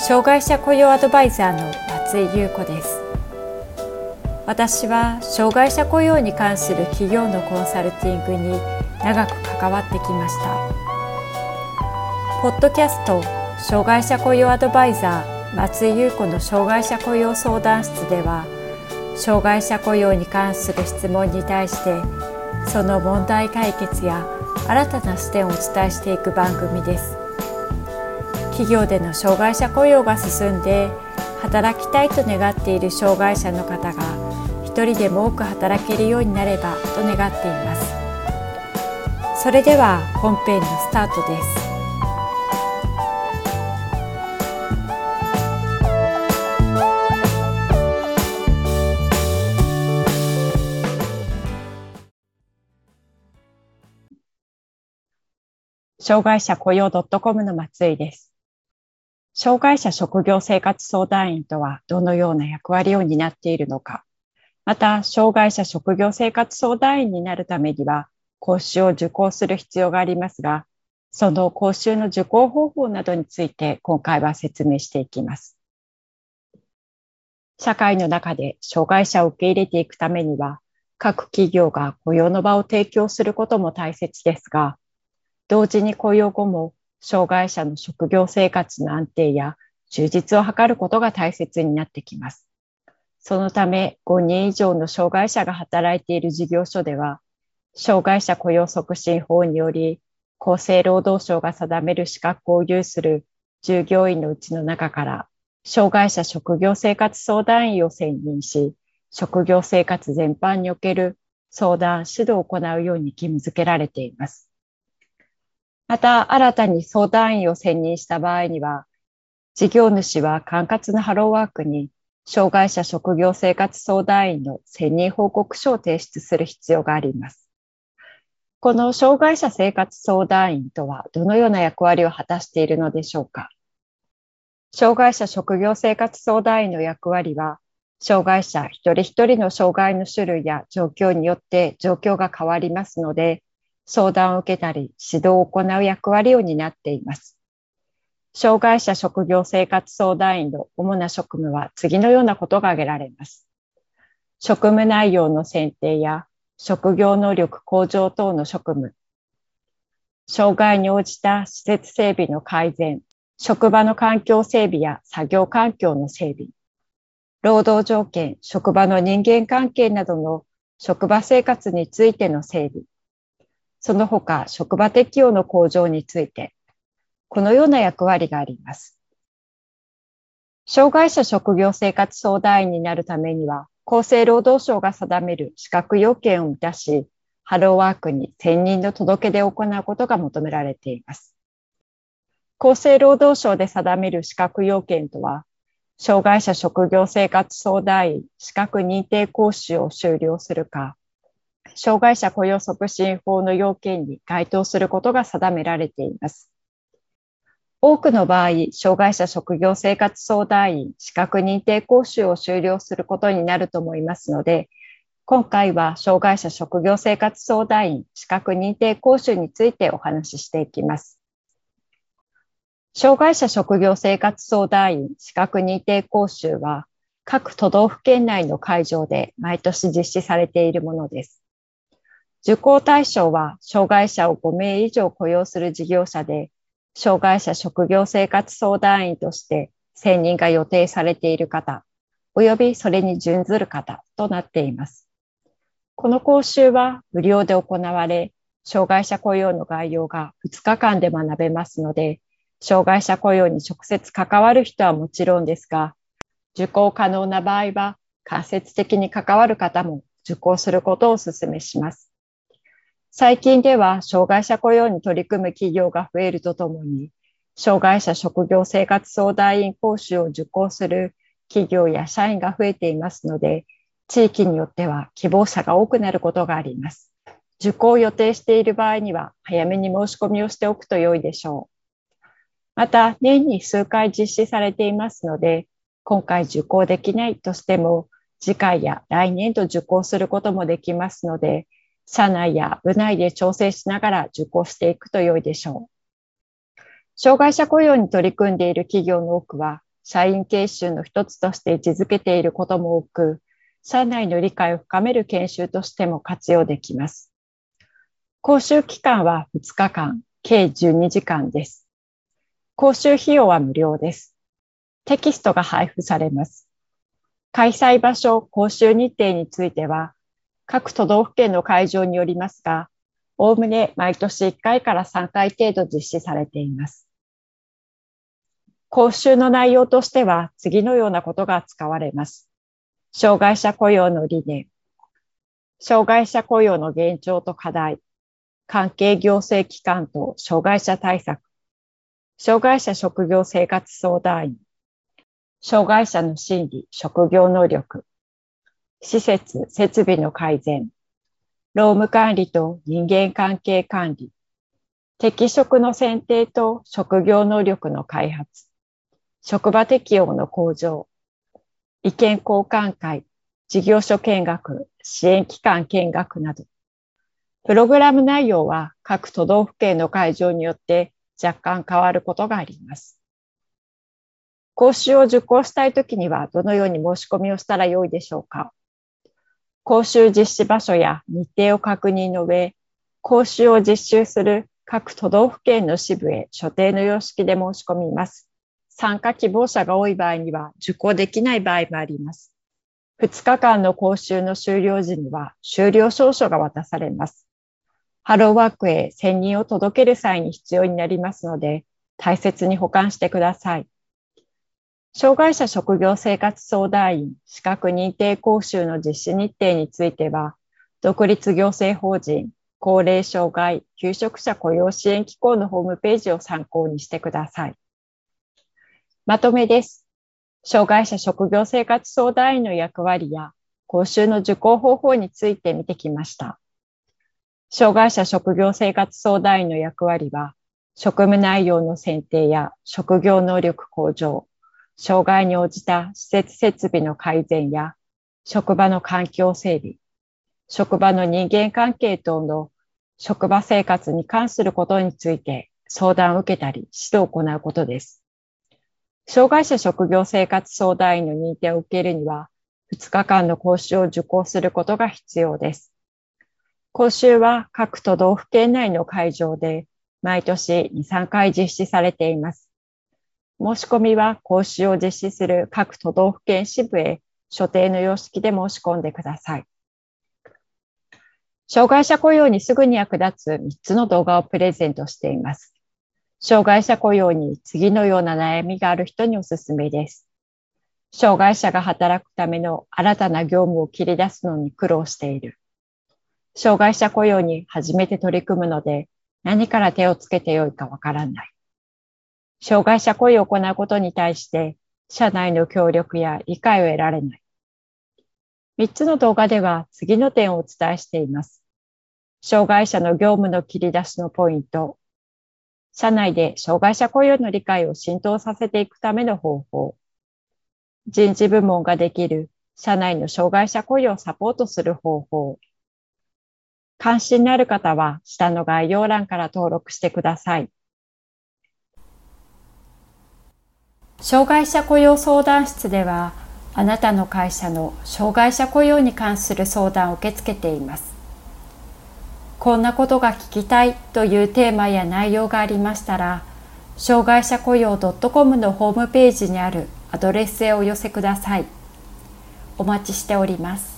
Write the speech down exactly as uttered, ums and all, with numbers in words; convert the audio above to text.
障害者雇用アドバイザーの松井優子です。私は障害者雇用に関する企業のコンサルティングに長く関わってきました。ポッドキャスト障害者雇用アドバイザー松井優子の障害者雇用相談室では、障害者雇用に関する質問に対してその問題解決や新たな視点をお伝えしていく番組です。企業での障害者雇用が進んで働きたいと願っている障害者の方が一人でも多く働けるようになればと願っています。それでは本編のスタートです。障害者雇用 .com の松井です。障害者職業生活相談員とはどのような役割を担っているのか、また障害者職業生活相談員になるためには講習を受講する必要がありますが、その講習の受講方法などについて今回は説明していきます。社会の中で障害者を受け入れていくためには、各企業が雇用の場を提供することも大切ですが、同時に雇用後も障害者の職業生活の安定や充実を図ることが大切になってきます。そのためごにん以上の障害者が働いている事業所では、障害者雇用促進法により厚生労働省が定める資格を有する従業員のうちの中から障害者職業生活相談員を選任し、職業生活全般における相談・指導を行うように義務付けられています。また、新たに相談員を選任した場合には、事業主は管轄のハローワークに障害者職業生活相談員の選任報告書を提出する必要があります。この障害者生活相談員とはどのような役割を果たしているのでしょうか。障害者職業生活相談員の役割は、障害者一人一人の障害の種類や状況によって状況が変わりますので、相談を受けたり指導を行う役割を担っています。障害者職業生活相談員の主な職務は次のようなことが挙げられます。職務内容の選定や職業能力向上等の職務、障害に応じた施設整備の改善、職場の環境整備や作業環境の整備、労働条件、職場の人間関係などの職場生活についての整備、その他、職場適応の向上について、このような役割があります。障害者職業生活相談員になるためには、厚生労働省が定める資格要件を満たし、ハローワークに選任の届け出を行うことが求められています。厚生労働省で定める資格要件とは、障害者職業生活相談員資格認定講習を修了するか、障害者雇用促進法の要件に該当することが定められています。多くの場合、障害者職業生活相談員資格認定講習を修了することになると思いますので、今回は障害者職業生活相談員資格認定講習についてお話ししていきます。障害者職業生活相談員資格認定講習は、各都道府県内の会場で毎年実施されているものです。受講対象は、障害者をごめい以上雇用する事業者で、障害者職業生活相談員として選任が予定されている方、およびそれに準ずる方となっています。この講習は無料で行われ、障害者雇用の概要がふつかかんで学べますので、障害者雇用に直接関わる人はもちろんですが、受講可能な場合は間接的に関わる方も受講することをお勧めします。最近では障害者雇用に取り組む企業が増えるとともに、障害者職業生活相談員講習を受講する企業や社員が増えていますので、地域によっては希望者が多くなることがあります。受講を予定している場合には早めに申し込みをしておくと良いでしょう。また、年に数回実施されていますので、今回受講できないとしても、次回や来年度受講することもできますので、社内や部内で調整しながら受講していくと良いでしょう。障害者雇用に取り組んでいる企業の多くは、 社員研修の一つとして位置づけていることも多く、社内の理解を深める研修としても活用できます。講習期間はふつかかん、計じゅうにじかんです。講習費用は無料です。テキストが配布されます。開催場所、講習日程については、各都道府県の会場によりますが、おおむね毎年いっかいからさんかい程度実施されています。講習の内容としては次のようなことが扱われます。障害者雇用の理念、障害者雇用の現状と課題、関係行政機関と障害者対策、障害者職業生活相談員、障害者の心理・職業能力、施設・設備の改善、労務管理と人間関係管理、適職の選定と職業能力の開発、職場適応の向上、意見交換会、事業所見学、支援機関見学など、プログラム内容は各都道府県の会場によって若干変わることがあります。講習を受講したいときにはどのように申し込みをしたらよいでしょうか。講習実施場所や日程を確認の上、講習を実習する各都道府県の支部へ所定の様式で申し込みます。参加希望者が多い場合には受講できない場合もあります。ふつかかんの講習の終了時には終了証書が渡されます。ハローワークへ専任を届ける際に必要になりますので、大切に保管してください。障害者職業生活相談員資格認定講習の実施日程については、独立行政法人高齢障害求職者雇用支援機構のホームページを参考にしてください。まとめです。障害者職業生活相談員の役割や講習の受講方法について見てきました。障害者職業生活相談員の役割は、職務内容の選定や職業能力向上、障害に応じた施設設備の改善や職場の環境整備、職場の人間関係等の職場生活に関することについて相談を受けたり指導を行うことです。障害者職業生活相談員の認定を受けるにはふつかかんの講習を受講することが必要です。講習は各都道府県内の会場で毎年に、さんかい実施されています。申し込みは講習を実施する各都道府県支部へ所定の様式で申し込んでください。障害者雇用にすぐに役立つみっつの動画をプレゼントしています。障害者雇用に次のような悩みがある人におすすめです。障害者が働くための新たな業務を切り出すのに苦労している。障害者雇用に初めて取り組むので何から手をつけてよいかわからない。障害者雇用を行うことに対して社内の協力や理解を得られない。みっつの動画では次の点をお伝えしています。障害者の業務の切り出しのポイント、社内で障害者雇用の理解を浸透させていくための方法、人事部門ができる社内の障害者雇用をサポートする方法。関心のある方は下の概要欄から登録してください。障害者雇用相談室では、あなたの会社の障害者雇用に関する相談を受け付けています。こんなことが聞きたいというテーマや内容がありましたら、障害者雇用 .com のホームページにあるアドレスへお寄せください。お待ちしております。